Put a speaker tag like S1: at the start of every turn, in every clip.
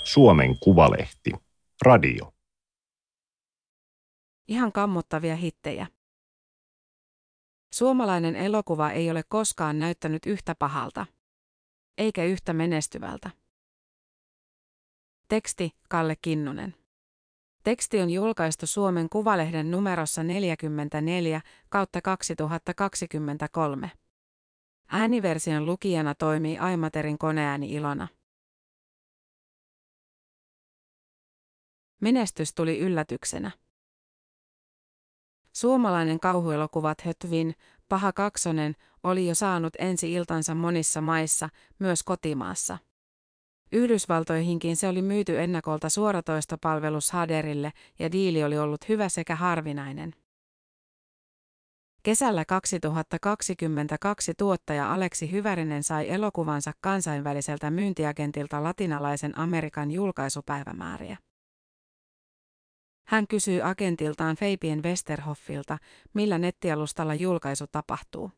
S1: Suomen Kuvalehti. Radio.
S2: Ihan kammottavia hittejä. Suomalainen elokuva ei ole koskaan näyttänyt yhtä pahalta. Eikä yhtä menestyvältä. Teksti Kalle Kinnunen. Teksti on julkaistu Suomen Kuvalehden numerossa 44/2023. Ääniversion lukijana toimii Aimaterin koneääni Ilona. Menestys tuli yllätyksenä. Suomalainen kauhuelokuva Tötvin, Paha kaksonen, oli jo saanut ensi-iltansa monissa maissa, myös kotimaassa. Yhdysvaltoihinkin se oli myyty ennakolta suoratoistopalvelu Shudderille ja diili oli ollut hyvä sekä harvinainen. Kesällä 2022 tuottaja Aleksi Hyvärinen sai elokuvansa kansainväliseltä myyntiagentilta Latinalaisen Amerikan julkaisupäivämääriä. Hän kysyy agentiltaan Fabian Westerhoffilta, millä nettialustalla julkaisu tapahtuu.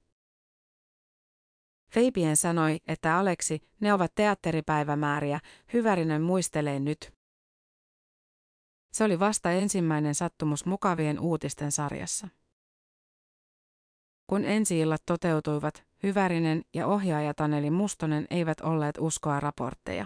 S2: Fabian sanoi, että Aleksi, ne ovat teatteripäivämääriä, Hyvärinen muistelee nyt. Se oli vasta ensimmäinen sattumus mukavien uutisten sarjassa. Kun ensi-illat toteutuivat, Hyvärinen ja ohjaaja Taneli Mustonen eivät olleet uskoa raportteja.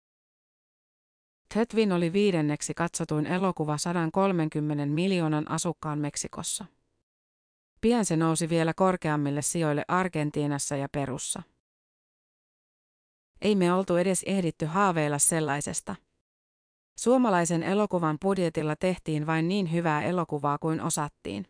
S2: Tötvin oli 5. katsotuin elokuva 130 miljoonan asukkaan Meksikossa. Pian se nousi vielä korkeammille sijoille Argentiinassa ja Perussa. Ei me oltu edes ehditty haaveilla sellaisesta. Suomalaisen elokuvan budjetilla tehtiin vain niin hyvää elokuvaa kuin osattiin.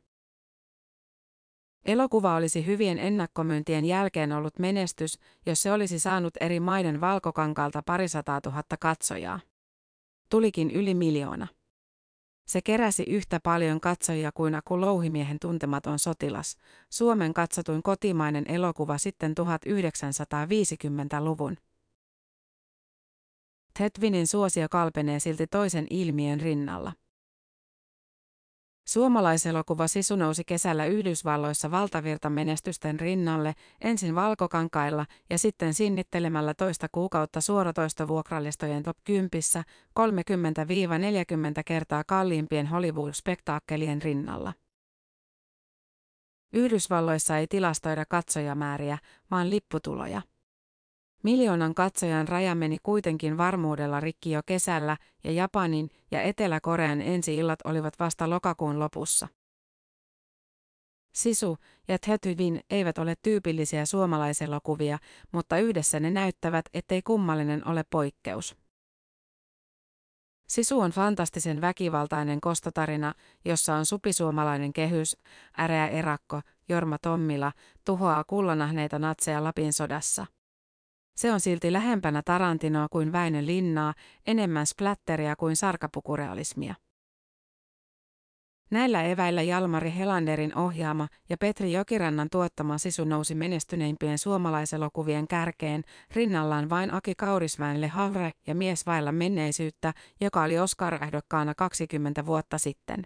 S2: Elokuva olisi hyvien ennakkomyyntien jälkeen ollut menestys, jos se olisi saanut eri maiden valkokankaalta 200 000 katsojaa. Tulikin yli 1 miljoona. Se keräsi yhtä paljon katsojia kuin Aku Louhimiehen Tuntematon sotilas, Suomen katsotuin kotimainen elokuva sitten 1950-luvun. Tötvinin suosio kalpenee silti toisen ilmiön rinnalla. Suomalaiselokuva Sisu nousi kesällä Yhdysvalloissa valtavirtamenestysten rinnalle, ensin valkokankailla ja sitten sinnittelemällä toista kuukautta suoratoistovuokralistojen top 10 30–40 kertaa kalliimpien Hollywood-spektaakkelien rinnalla. Yhdysvalloissa ei tilastoida katsojamääriä, vaan lipputuloja. 1 miljoonan katsojan raja meni kuitenkin varmuudella rikki jo kesällä ja Japanin ja Etelä-Korean ensi-illat olivat vasta lokakuun lopussa. Sisu ja Tötvin eivät ole tyypillisiä suomalaiselokuvia, mutta yhdessä ne näyttävät, ettei kummallinen ole poikkeus. Sisu on fantastisen väkivaltainen kostotarina, jossa on supisuomalainen kehys, äreä erakko, Jorma Tommila, tuhoaa kullanahneita natseja Lapin sodassa. Se on silti lähempänä Tarantinoa kuin Väinö Linnaa, enemmän splatteria kuin sarkapukurealismia. Näillä eväillä Jalmari Helanderin ohjaama ja Petri Jokirannan tuottama Sisu nousi menestyneimpien suomalaiselokuvien kärkeen, rinnallaan vain Aki Kaurismäen Le Havre ja Mies vailla menneisyyttä, joka oli Oscar-ehdokkaana 20 vuotta sitten.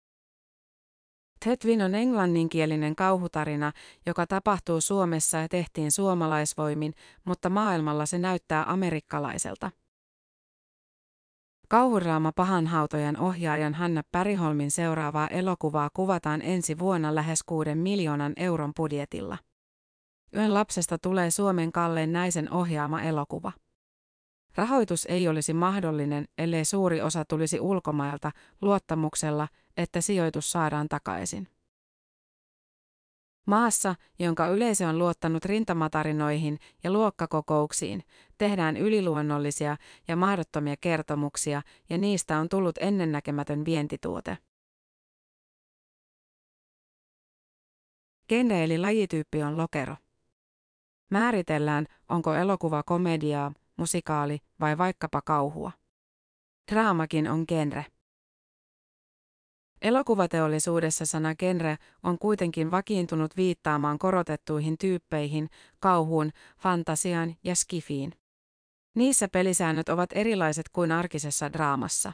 S2: Tötvin on englanninkielinen kauhutarina, joka tapahtuu Suomessa ja tehtiin suomalaisvoimin, mutta maailmalla se näyttää amerikkalaiselta. Kauhuraama Pahanhautojan ohjaajan Hanna Päriholmin seuraavaa elokuvaa kuvataan ensi vuonna lähes 6 miljoonan euron budjetilla. Yön lapsesta tulee Suomen kallein naisen ohjaama elokuva. Rahoitus ei olisi mahdollinen, ellei suuri osa tulisi ulkomailta, luottamuksella, että sijoitus saadaan takaisin. Maassa, jonka yleisö on luottanut rintamatarinoihin ja luokkakokouksiin, tehdään yliluonnollisia ja mahdottomia kertomuksia, ja niistä on tullut ennennäkemätön vientituote. Genre eli lajityyppi on lokero. Määritellään, onko elokuva komediaa, musikaali vai vaikkapa kauhua. Draamakin on genre. Elokuvateollisuudessa sana genre on kuitenkin vakiintunut viittaamaan korotettuihin tyyppeihin, kauhuun, fantasiaan ja skifiin. Niissä pelisäännöt ovat erilaiset kuin arkisessa draamassa.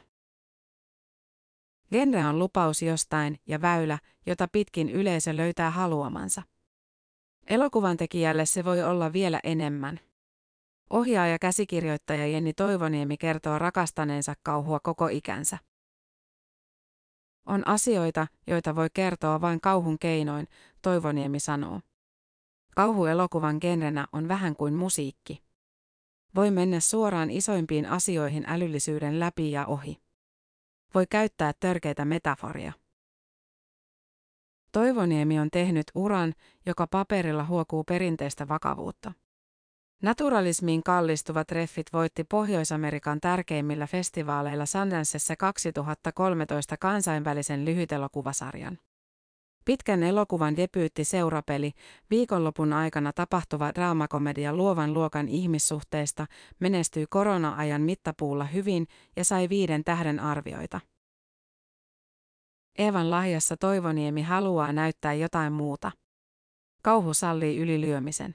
S2: Genre on lupaus jostain ja väylä, jota pitkin yleisö löytää haluamansa. Elokuvan tekijälle se voi olla vielä enemmän. Ohjaaja käsikirjoittaja Jenni Toivoniemi kertoo rakastaneensa kauhua koko ikänsä. On asioita, joita voi kertoa vain kauhun keinoin, Toivoniemi sanoo. Kauhuelokuvan genrenä on vähän kuin musiikki. Voi mennä suoraan isoimpiin asioihin älyllisyyden läpi ja ohi. Voi käyttää törkeitä metaforia. Toivoniemi on tehnyt uran, joka paperilla huokuu perinteistä vakavuutta. Naturalismiin kallistuva treffit voitti Pohjois-Amerikan tärkeimmillä festivaaleilla Sundancessa 2013 kansainvälisen lyhytelokuvasarjan. Pitkän elokuvan debyytti Seurapeli, viikonlopun aikana tapahtuva draamakomedia luovan luokan ihmissuhteista, menestyi korona-ajan mittapuulla hyvin ja sai 5 tähden arvioita. Eevan lahjassa Toivoniemi haluaa näyttää jotain muuta. Kauhu sallii ylilyömisen.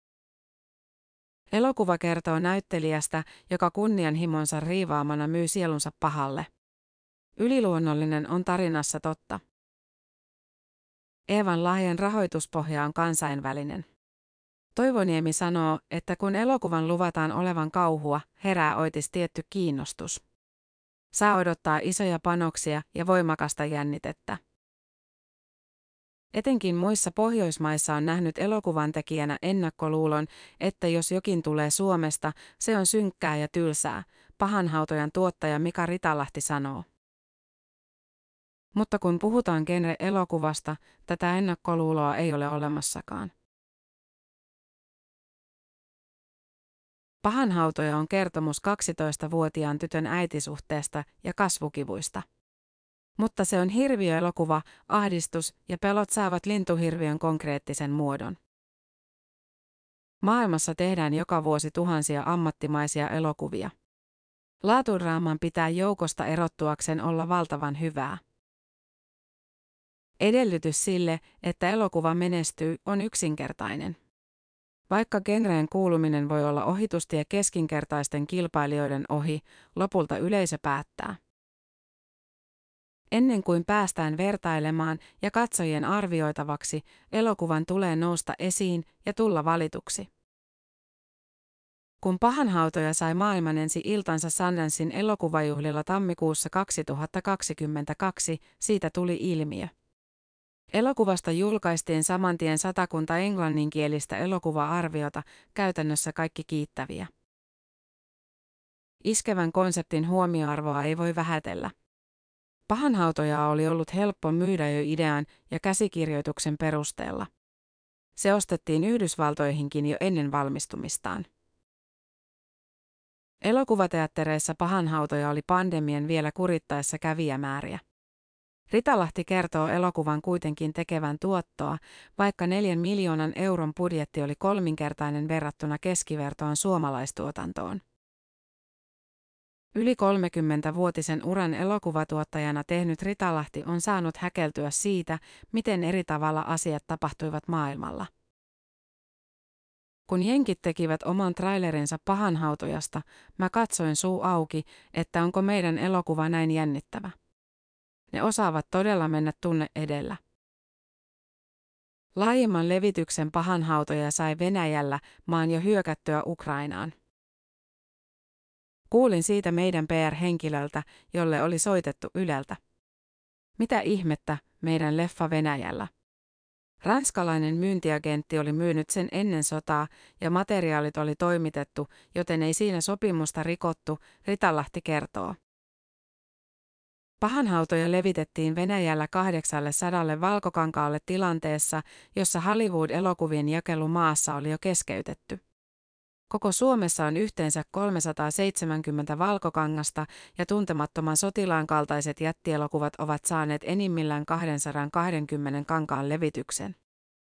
S2: Elokuva kertoo näyttelijästä, joka kunnianhimonsa riivaamana myy sielunsa pahalle. Yliluonnollinen on tarinassa totta. Eevan lahjan rahoituspohja on kansainvälinen. Toivoniemi sanoo, että kun elokuvan luvataan olevan kauhua, herää oitis tietty kiinnostus. Saa odottaa isoja panoksia ja voimakasta jännitettä. Etenkin muissa Pohjoismaissa on nähnyt elokuvan tekijänä ennakkoluulon, että jos jokin tulee Suomesta, se on synkkää ja tylsää, Pahanhautojan tuottaja Mika Ritalahti sanoo. Mutta kun puhutaan genre-elokuvasta, tätä ennakkoluuloa ei ole olemassakaan. Pahanhautoja on kertomus 12-vuotiaan tytön äitisuhteesta ja kasvukivuista. Mutta se on hirviöelokuva, ahdistus ja pelot saavat lintuhirviön konkreettisen muodon. Maailmassa tehdään joka vuosi tuhansia ammattimaisia elokuvia. Laatudraaman pitää joukosta erottuakseen olla valtavan hyvää. Edellytys sille, että elokuva menestyy, on yksinkertainen. Vaikka genreen kuuluminen voi olla ohitustie keskinkertaisten kilpailijoiden ohi, lopulta yleisö päättää. Ennen kuin päästään vertailemaan ja katsojien arvioitavaksi, elokuvan tulee nousta esiin ja tulla valituksi. Kun Pahanhautoja sai maailman ensi iltansa Sundancen elokuvajuhlilla tammikuussa 2022, siitä tuli ilmiö. Elokuvasta julkaistiin samantien 100 englanninkielistä elokuva-arviota, käytännössä kaikki kiittäviä. Iskevän konseptin huomioarvoa ei voi vähätellä. Pahanhautoja oli ollut helppo myydä jo idean ja käsikirjoituksen perusteella. Se ostettiin Yhdysvaltoihinkin jo ennen valmistumistaan. Elokuvateattereissa Pahanhautoja oli pandemian vielä kurittaessa kävijämääriä. Ritalahti kertoo elokuvan kuitenkin tekevän tuottoa, vaikka 4 miljoonan euron budjetti oli 3-kertainen verrattuna keskivertoon suomalaistuotantoon. Yli 30-vuotisen uran elokuvatuottajana tehnyt Ritalahti on saanut häkeltyä siitä, miten eri tavalla asiat tapahtuivat maailmalla. Kun jenkit tekivät oman trailerinsa Pahanhautojasta, mä katsoin suu auki, että onko meidän elokuva näin jännittävä. Ne osaavat todella mennä tunne edellä. Laajemman levityksen Pahanhautoja sai Venäjällä maan jo hyökättyä Ukrainaan. Kuulin siitä meidän PR-henkilöltä, jolle oli soitettu Yleltä. Mitä ihmettä, meidän leffa Venäjällä. Ranskalainen myyntiagentti oli myynyt sen ennen sotaa ja materiaalit oli toimitettu, joten ei siinä sopimusta rikottu, Ritalahti kertoo. Pahanhautoja levitettiin Venäjällä 800 valkokankaalle tilanteessa, jossa Hollywood-elokuvien jakelu maassa oli jo keskeytetty. Koko Suomessa on yhteensä 370 valkokangasta ja Tuntemattoman sotilaan kaltaiset jättielokuvat ovat saaneet enimmillään 220 kankaan levityksen.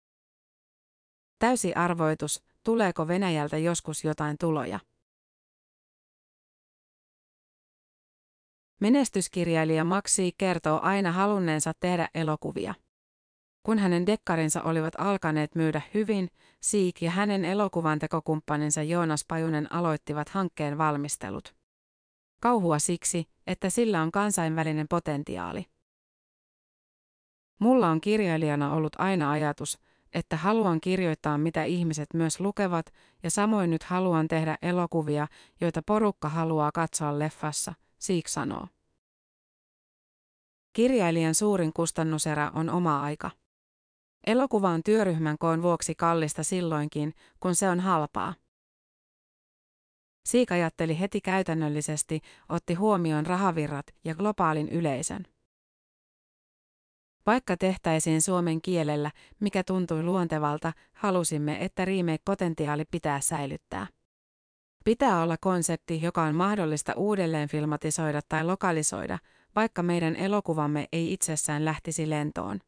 S2: Täysi arvoitus, tuleeko Venäjältä joskus jotain tuloja? Menestyskirjailija Maxi kertoo aina halunneensa tehdä elokuvia. Kun hänen dekkarinsa olivat alkaneet myydä hyvin, Siik ja hänen elokuvantekokumppaninsa Joonas Pajunen aloittivat hankkeen valmistelut. Kauhua siksi, että sillä on kansainvälinen potentiaali. Mulla on kirjailijana ollut aina ajatus, että haluan kirjoittaa mitä ihmiset myös lukevat, ja samoin nyt haluan tehdä elokuvia, joita porukka haluaa katsoa leffassa, Siik sanoo. Kirjailijan suurin kustannuserä on oma aika. Elokuva on työryhmän koon vuoksi kallista silloinkin, kun se on halpaa. Siik ajatteli heti käytännöllisesti, otti huomioon rahavirrat ja globaalin yleisön. Vaikka tehtäisiin suomen kielellä, mikä tuntui luontevalta, halusimme, että remake-potentiaali pitää säilyttää. Pitää olla konsepti, joka on mahdollista uudelleen filmatisoida tai lokalisoida, vaikka meidän elokuvamme ei itsessään lähtisi lentoon.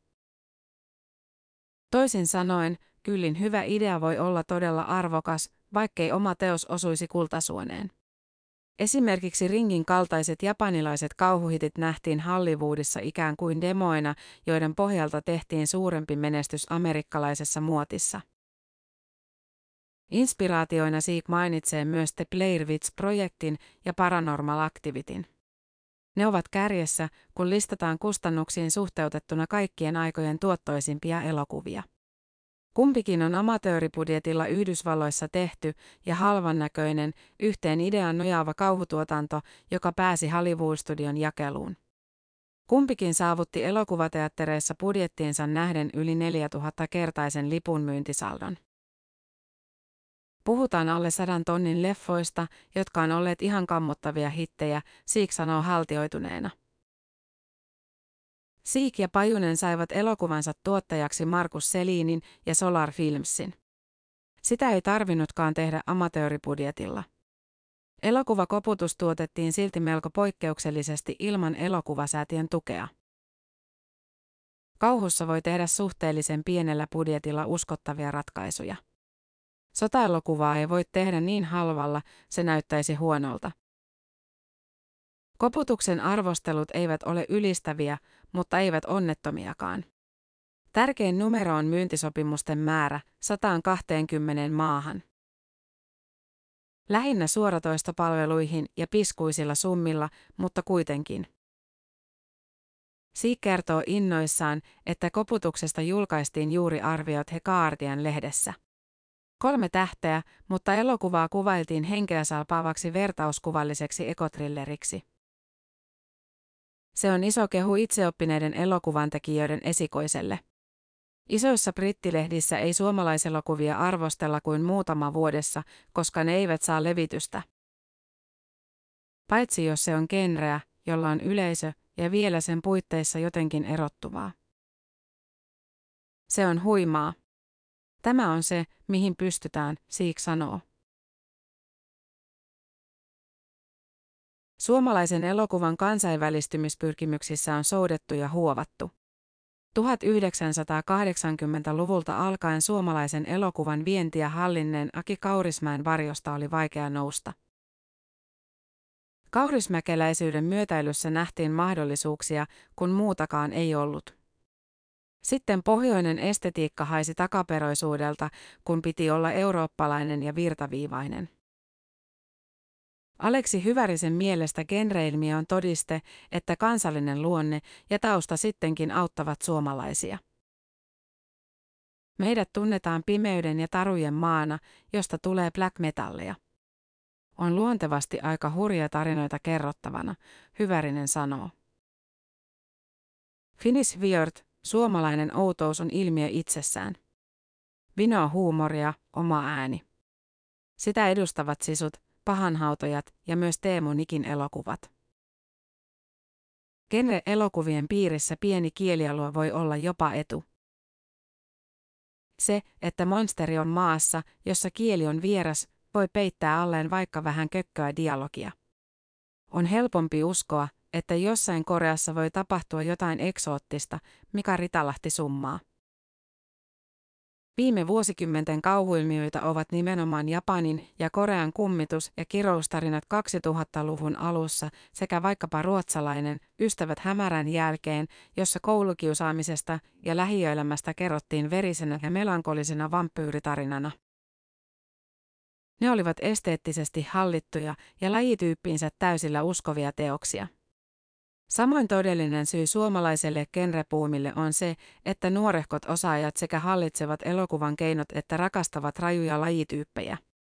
S2: Toisin sanoen, kyllin hyvä idea voi olla todella arvokas, vaikkei oma teos osuisi kultasuoneen. Esimerkiksi Ringin kaltaiset japanilaiset kauhuhitit nähtiin Hollywoodissa ikään kuin demoina, joiden pohjalta tehtiin suurempi menestys amerikkalaisessa muotissa. Inspiraatioina Siik mainitsee myös The Blair Witch-projektin ja Paranormal Activityn. Ne ovat kärjessä, kun listataan kustannuksiin suhteutettuna kaikkien aikojen tuottoisimpia elokuvia. Kumpikin on amatööribudjetilla Yhdysvalloissa tehty ja halvan näköinen, yhteen ideaan nojaava kauhutuotanto, joka pääsi Hollywood-studion jakeluun. Kumpikin saavutti elokuvateattereissa budjettiinsa nähden yli 4000-kertaisen lipunmyyntisaldon. Puhutaan alle 100 tonnin leffoista, jotka on olleet ihan kammottavia hittejä, Siik sanoo haltioituneena. Siik ja Pajunen saivat elokuvansa tuottajaksi Markus Selinin ja Solar Filmsin. Sitä ei tarvinnutkaan tehdä amatööribudjetilla. Elokuva Koputus tuotettiin silti melko poikkeuksellisesti ilman elokuvasäätiön tukea. Kauhussa voi tehdä suhteellisen pienellä budjetilla uskottavia ratkaisuja. Sotaelokuvaa ei voi tehdä niin halvalla, se näyttäisi huonolta. Koputuksen arvostelut eivät ole ylistäviä, mutta eivät onnettomiakaan. Tärkein numero on myyntisopimusten määrä 120 maahan. Lähinnä suoratoistopalveluihin ja piskuisilla summilla, mutta kuitenkin. Siik kertoo innoissaan, että Koputuksesta julkaistiin juuri arviot The Guardian-lehdessä. 3 tähteä, mutta elokuvaa kuvailtiin henkeä salpaavaksi vertauskuvalliseksi ekotrilleriksi. Se on iso kehu itseoppineiden elokuvantekijöiden esikoiselle. Isoissa brittilehdissä ei suomalaiselokuvia arvostella kuin muutama vuodessa, koska ne eivät saa levitystä. Paitsi jos se on genreä, jolla on yleisö ja vielä sen puitteissa jotenkin erottuvaa. Se on huimaa. Tämä on se, mihin pystytään, Siik sanoo. Suomalaisen elokuvan kansainvälistymispyrkimyksissä on soudettu ja huovattu. 1980-luvulta alkaen suomalaisen elokuvan vientiä hallinneen Aki Kaurismäen varjosta oli vaikea nousta. Kaurismäkeläisyyden myötäilyssä nähtiin mahdollisuuksia, kun muutakaan ei ollut. Sitten pohjoinen estetiikka haisi takaperoisuudelta, kun piti olla eurooppalainen ja virtaviivainen. Aleksi Hyvärisen mielestä genreilmiö on todiste, että kansallinen luonne ja tausta sittenkin auttavat suomalaisia. Meidät tunnetaan pimeyden ja tarujen maana, josta tulee black metallia. On luontevasti aika hurjia tarinoita kerrottavana, Hyvärinen sanoo. Finnish weird, suomalainen outous on ilmiö itsessään. Vinoa huumoria, oma ääni. Sitä edustavat sisut, pahanhautojat ja myös Teemu Nikin elokuvat. Genre-elokuvien piirissä pieni kielialue voi olla jopa etu. Se, että monsteri on maassa, jossa kieli on vieras, voi peittää alleen vaikka vähän kökköä dialogia. On helpompi uskoa, että jossain Koreassa voi tapahtua jotain eksoottista, mikä Ritalahti summaa. Viime vuosikymmenten kauhuilmiöitä ovat nimenomaan Japanin ja Korean kummitus- ja kiroustarinat 2000-luvun alussa sekä vaikkapa ruotsalainen Ystävät hämärän jälkeen, jossa koulukiusaamisesta ja lähiöelämästä kerrottiin verisenä ja melankolisena vampyyritarinana. Ne olivat esteettisesti hallittuja ja lajityyppiinsä täysillä uskovia teoksia. Samoin todellinen syy suomalaiselle genrebuumille on se, että nuorehkot osaajat sekä hallitsevat elokuvan keinot että rakastavat rajuja lajityyppejä.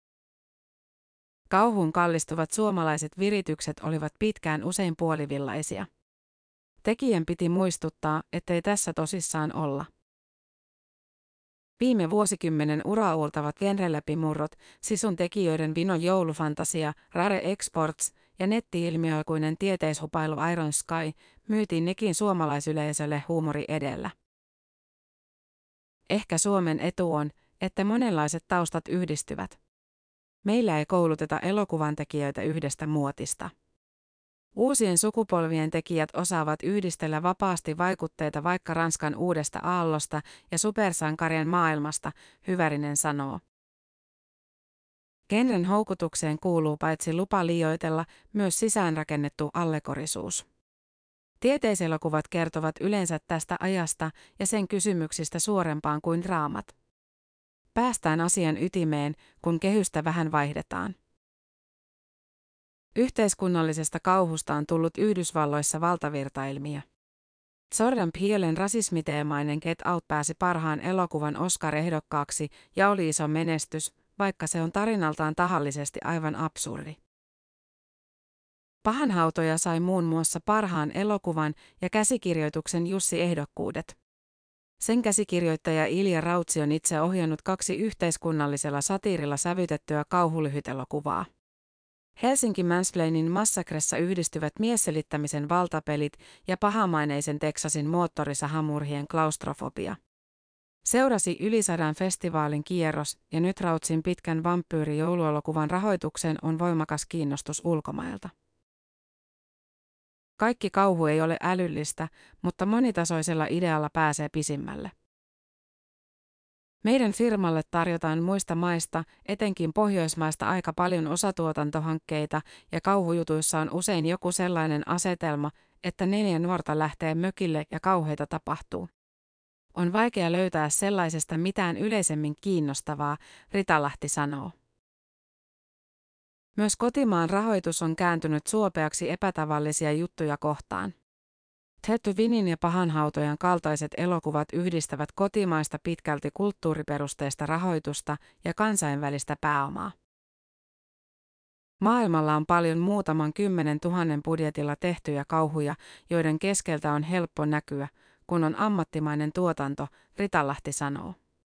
S2: Kauhuun kallistuvat suomalaiset viritykset olivat pitkään usein puolivillaisia. Tekijän piti muistuttaa, ettei tässä tosissaan olla. Viime vuosikymmenen uraauurtavat genreläpimurrot, sisun tekijöiden Vino joulufantasia, Rare Exports ja netti-ilmiöikuinen tieteishupailu Iron Sky myytiin nekin suomalaisyleisölle huumori edellä. Ehkä Suomen etu on, että monenlaiset taustat yhdistyvät. Meillä ei kouluteta elokuvantekijöitä yhdestä muotista. Uusien sukupolvien tekijät osaavat yhdistellä vapaasti vaikutteita vaikka Ranskan uudesta aallosta ja supersankarien maailmasta, Hyvärinen sanoo. Genren houkutukseen kuuluu paitsi lupa liioitella, myös sisäänrakennettu allegorisuus. Tieteiselokuvat kertovat yleensä tästä ajasta ja sen kysymyksistä suorempaan kuin draamat. Päästään asian ytimeen, kun kehystä vähän vaihdetaan. Yhteiskunnallisesta kauhusta on tullut Yhdysvalloissa valtavirtailmiö. Jordan Peelen rasismiteemainen Get Out pääsi parhaan elokuvan Oscar-ehdokkaaksi ja oli iso menestys, vaikka se on tarinaltaan tahallisesti aivan absurdi. Pahanhautoja sai muun muassa parhaan elokuvan ja käsikirjoituksen Jussi-ehdokkuudet. Sen käsikirjoittaja Ilja Rautsi on itse ohjannut 2 yhteiskunnallisella satiirilla sävytettyä kauhulyhytelokuvaa. Helsinki Mansplainin massakressa yhdistyvät miesselittämisen valtapelit ja pahamaineisen Teksasin moottorisahamurhien klaustrofobia. Seurasi yli 100 festivaalin kierros ja nyt Rautsin pitkän vampyyri-jouluelokuvan rahoitukseen on voimakas kiinnostus ulkomailta. Kaikki kauhu ei ole älyllistä, mutta monitasoisella idealla pääsee pisimmälle. Meidän firmalle tarjotaan muista maista, etenkin Pohjoismaista aika paljon osatuotantohankkeita ja kauhujutuissa on usein joku sellainen asetelma, että 4 nuorta lähtee mökille ja kauheita tapahtuu. On vaikea löytää sellaisesta mitään yleisemmin kiinnostavaa, Rita Lahti sanoo. Myös kotimaan rahoitus on kääntynyt suopeaksi epätavallisia juttuja kohtaan. Ted Winin ja Pahanhautojan kaltaiset elokuvat yhdistävät kotimaista pitkälti kulttuuriperusteista rahoitusta ja kansainvälistä pääomaa. Maailmalla on paljon muutaman 10 000 budjetilla tehtyjä kauhuja, joiden keskeltä on helppo näkyä, kun on ammattimainen tuotanto, Rita Lahti sanoo.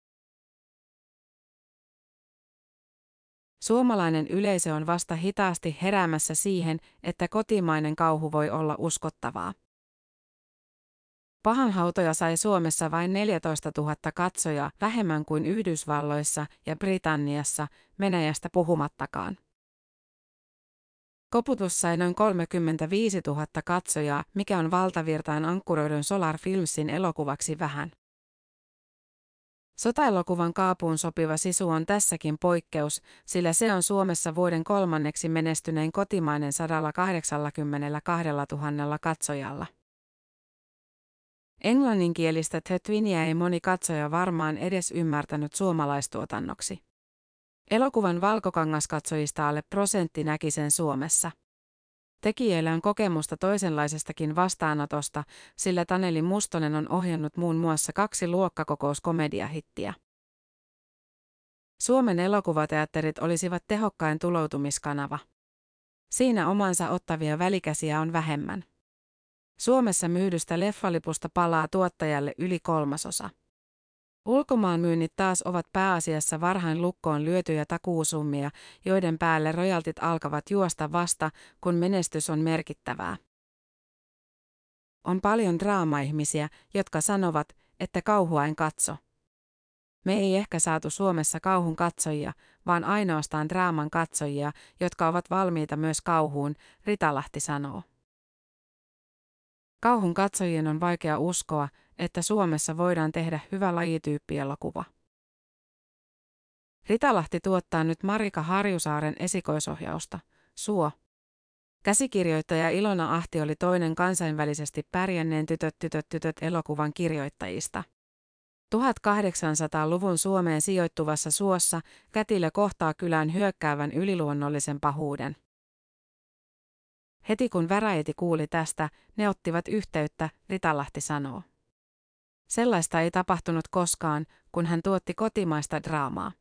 S2: Suomalainen yleisö on vasta hitaasti heräämässä siihen, että kotimainen kauhu voi olla uskottavaa. Pahanhautoja sai Suomessa vain 14 000 katsojaa, vähemmän kuin Yhdysvalloissa ja Britanniassa, Venäjästä puhumattakaan. Koputus sai noin 35 000 katsojaa, mikä on valtavirtaan ankkuroidun Solar Filmsin elokuvaksi vähän. Sotaelokuvan kaapuun sopiva sisu on tässäkin poikkeus, sillä se on Suomessa vuoden 3. menestynein kotimainen 182 000 katsojalla. Englanninkielistä The Twinia ei moni katsoja varmaan edes ymmärtänyt suomalaistuotannoksi. Elokuvan valkokangaskatsojista alle 1% näki sen Suomessa. Tekijöillä on kokemusta toisenlaisestakin vastaanotosta, sillä Taneli Mustonen on ohjannut muun muassa 2 luokkakokouskomediahittiä. Suomen elokuvateatterit olisivat tehokkain tuloutumiskanava. Siinä omansa ottavia välikäsiä on vähemmän. Suomessa myydystä leffalipusta palaa tuottajalle yli 1/3. Ulkomaan myynnit taas ovat pääasiassa varhain lukkoon lyötyjä takuusummia, joiden päälle rojaltit alkavat juosta vasta, kun menestys on merkittävää. On paljon draama-ihmisiä, jotka sanovat, että kauhua en katso. Me ei ehkä saatu Suomessa kauhun katsojia, vaan ainoastaan draaman katsojia, jotka ovat valmiita myös kauhuun, Rita Lahti sanoo. Kauhun katsojien on vaikea uskoa, että Suomessa voidaan tehdä hyvä lajityyppielokuva. Rita Lahti tuottaa nyt Marika Harjusaaren esikoisohjausta, Suo. Käsikirjoittaja Ilona Ahti oli toinen kansainvälisesti pärjänneen Tytöt elokuvan kirjoittajista. 1800-luvun Suomeen sijoittuvassa Suossa kätilö kohtaa kylään hyökkäävän yliluonnollisen pahuuden. Heti kun väräiti kuuli tästä, ne ottivat yhteyttä, Ritalahti sanoo. Sellaista ei tapahtunut koskaan, kun hän tuotti kotimaista draamaa.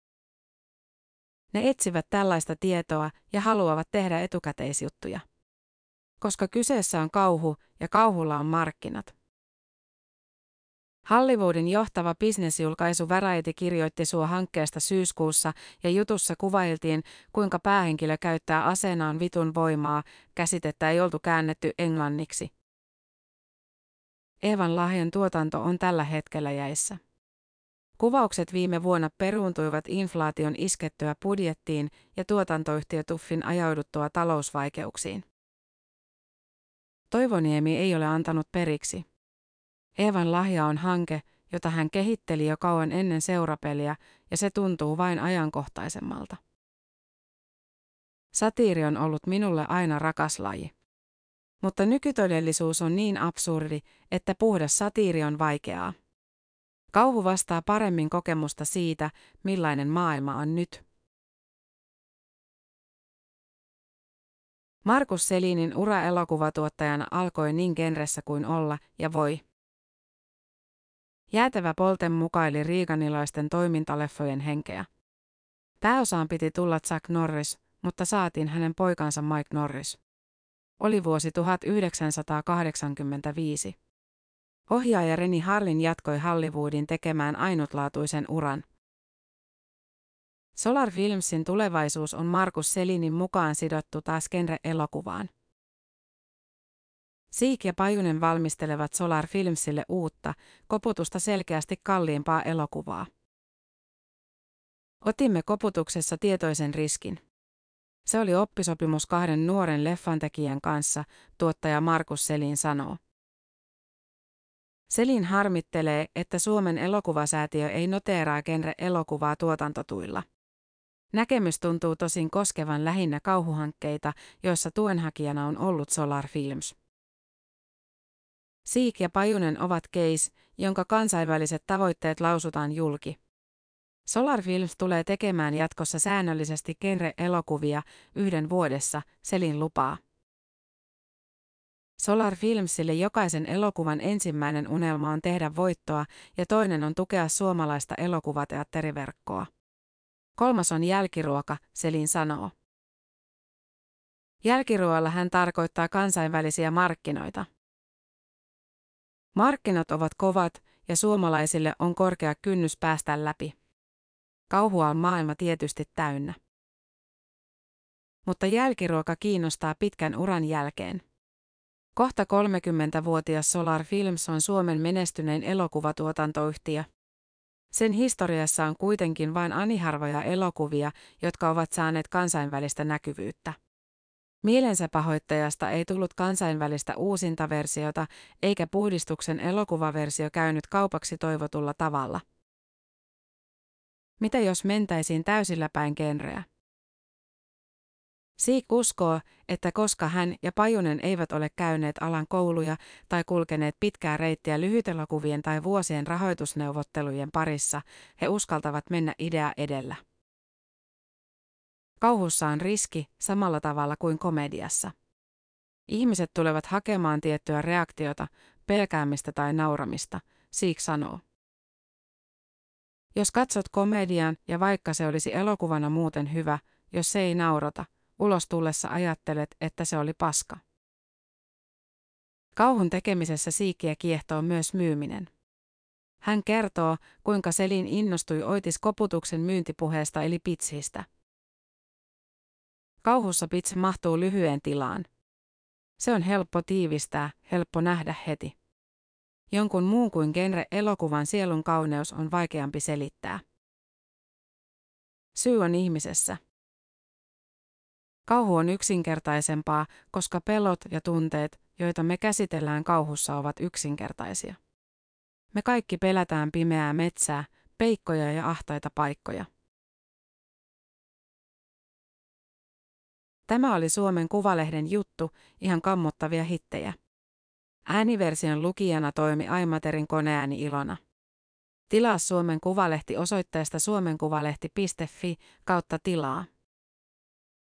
S2: Ne etsivät tällaista tietoa ja haluavat tehdä etukäteisjuttuja. Koska kyseessä on kauhu ja kauhulla on markkinat. Hollywoodin johtava bisnesjulkaisu Variety kirjoitti hankkeesta syyskuussa ja jutussa kuvailtiin, kuinka päähenkilö käyttää aseenaan vitun voimaa, käsitettä ei oltu käännetty englanniksi. Eevan lahjan tuotanto on tällä hetkellä jäissä. Kuvaukset viime vuonna peruuntuivat inflaation iskettyä budjettiin ja tuotantoyhtiö Tuffin ajauduttua talousvaikeuksiin. Toivoniemi ei ole antanut periksi. Eevan lahja on hanke, jota hän kehitteli jo kauan ennen seurapeliä, ja se tuntuu vain ajankohtaisemmalta. Satiiri on ollut minulle aina rakas laji. Mutta nykytodellisuus on niin absurdi, että puhdas satiiri on vaikeaa. Kauhu vastaa paremmin kokemusta siitä, millainen maailma on nyt. Markus Selinin ura elokuvatuottajana alkoi niin genressä kuin olla ja voi. Jäätävä Polten mukaili reaganilaisten toimintaleffojen henkeä. Pääosaan piti tulla Chuck Norris, mutta saatiin hänen poikansa Mike Norris. Oli vuosi 1985. Ohjaaja Renny Harlin jatkoi Hollywoodin tekemään ainutlaatuisen uran. Solar Filmsin tulevaisuus on Markus Selinin mukaan sidottu taas genre-elokuvaan. Siik ja Pajunen valmistelevat Solar Filmsille uutta, koputusta selkeästi kalliimpaa elokuvaa. Otimme koputuksessa tietoisen riskin. Se oli oppisopimus 2 nuoren leffantekijän kanssa, tuottaja Markus Selin sanoo. Selin harmittelee, että Suomen elokuvasäätiö ei noteeraa genre-elokuvaa tuotantotuilla. Näkemys tuntuu tosin koskevan lähinnä kauhuhankkeita, joissa tuenhakijana on ollut Solar Films. Siik ja Pajunen ovat case, jonka kansainväliset tavoitteet lausutaan julki. Solar Films tulee tekemään jatkossa säännöllisesti genre-elokuvia 1 vuodessa, Selin lupaa. Solar Filmsille jokaisen elokuvan ensimmäinen unelma on tehdä voittoa ja toinen on tukea suomalaista elokuvateatteriverkkoa. 3. on jälkiruoka, Selin sanoo. Jälkiruoalla hän tarkoittaa kansainvälisiä markkinoita. Markkinat ovat kovat ja suomalaisille on korkea kynnys päästä läpi. Kauhua on maailma tietysti täynnä. Mutta jälkiruoka kiinnostaa pitkän uran jälkeen. Kohta 30-vuotias Solar Films on Suomen menestynein elokuvatuotantoyhtiö. Sen historiassa on kuitenkin vain aniharvoja elokuvia, jotka ovat saaneet kansainvälistä näkyvyyttä. Mielensä pahoittajasta ei tullut kansainvälistä uusintaversiota, eikä Puhdistuksen elokuvaversio käynyt kaupaksi toivotulla tavalla. Mitä jos mentäisiin täysillä päin genreä? Siik uskoo, että koska hän ja Pajunen eivät ole käyneet alan kouluja tai kulkeneet pitkää reittiä lyhytelokuvien tai vuosien rahoitusneuvottelujen parissa, he uskaltavat mennä idea edellä. Kauhussa on riski samalla tavalla kuin komediassa. Ihmiset tulevat hakemaan tiettyä reaktiota, pelkäämistä tai nauramista, Siik sanoo. Jos katsot komedian ja vaikka se olisi elokuvana muuten hyvä, jos se ei naurata, ulos tullessa ajattelet, että se oli paska. Kauhun tekemisessä Siikiä kiehtoo myös myyminen. Hän kertoo, kuinka Selin innostui Oitis Koputuksen myyntipuheesta eli pitsistä. Kauhussa pitch mahtuu lyhyen tilaan. Se on helppo tiivistää, helppo nähdä heti. Jonkun muun kuin genre-elokuvan sielun kauneus on vaikeampi selittää. Syy on ihmisessä. Kauhu on yksinkertaisempaa, koska pelot ja tunteet, joita me käsitellään kauhussa, ovat yksinkertaisia. Me kaikki pelätään pimeää metsää, peikkoja ja ahtaita paikkoja. Tämä oli Suomen Kuvalehden juttu, ihan kammottavia hittejä. Ääniversion lukijana toimi Aimaterin koneääni Ilona. Tilaa Suomen Kuvalehti osoitteesta suomenkuvalehti.fi/tilaa.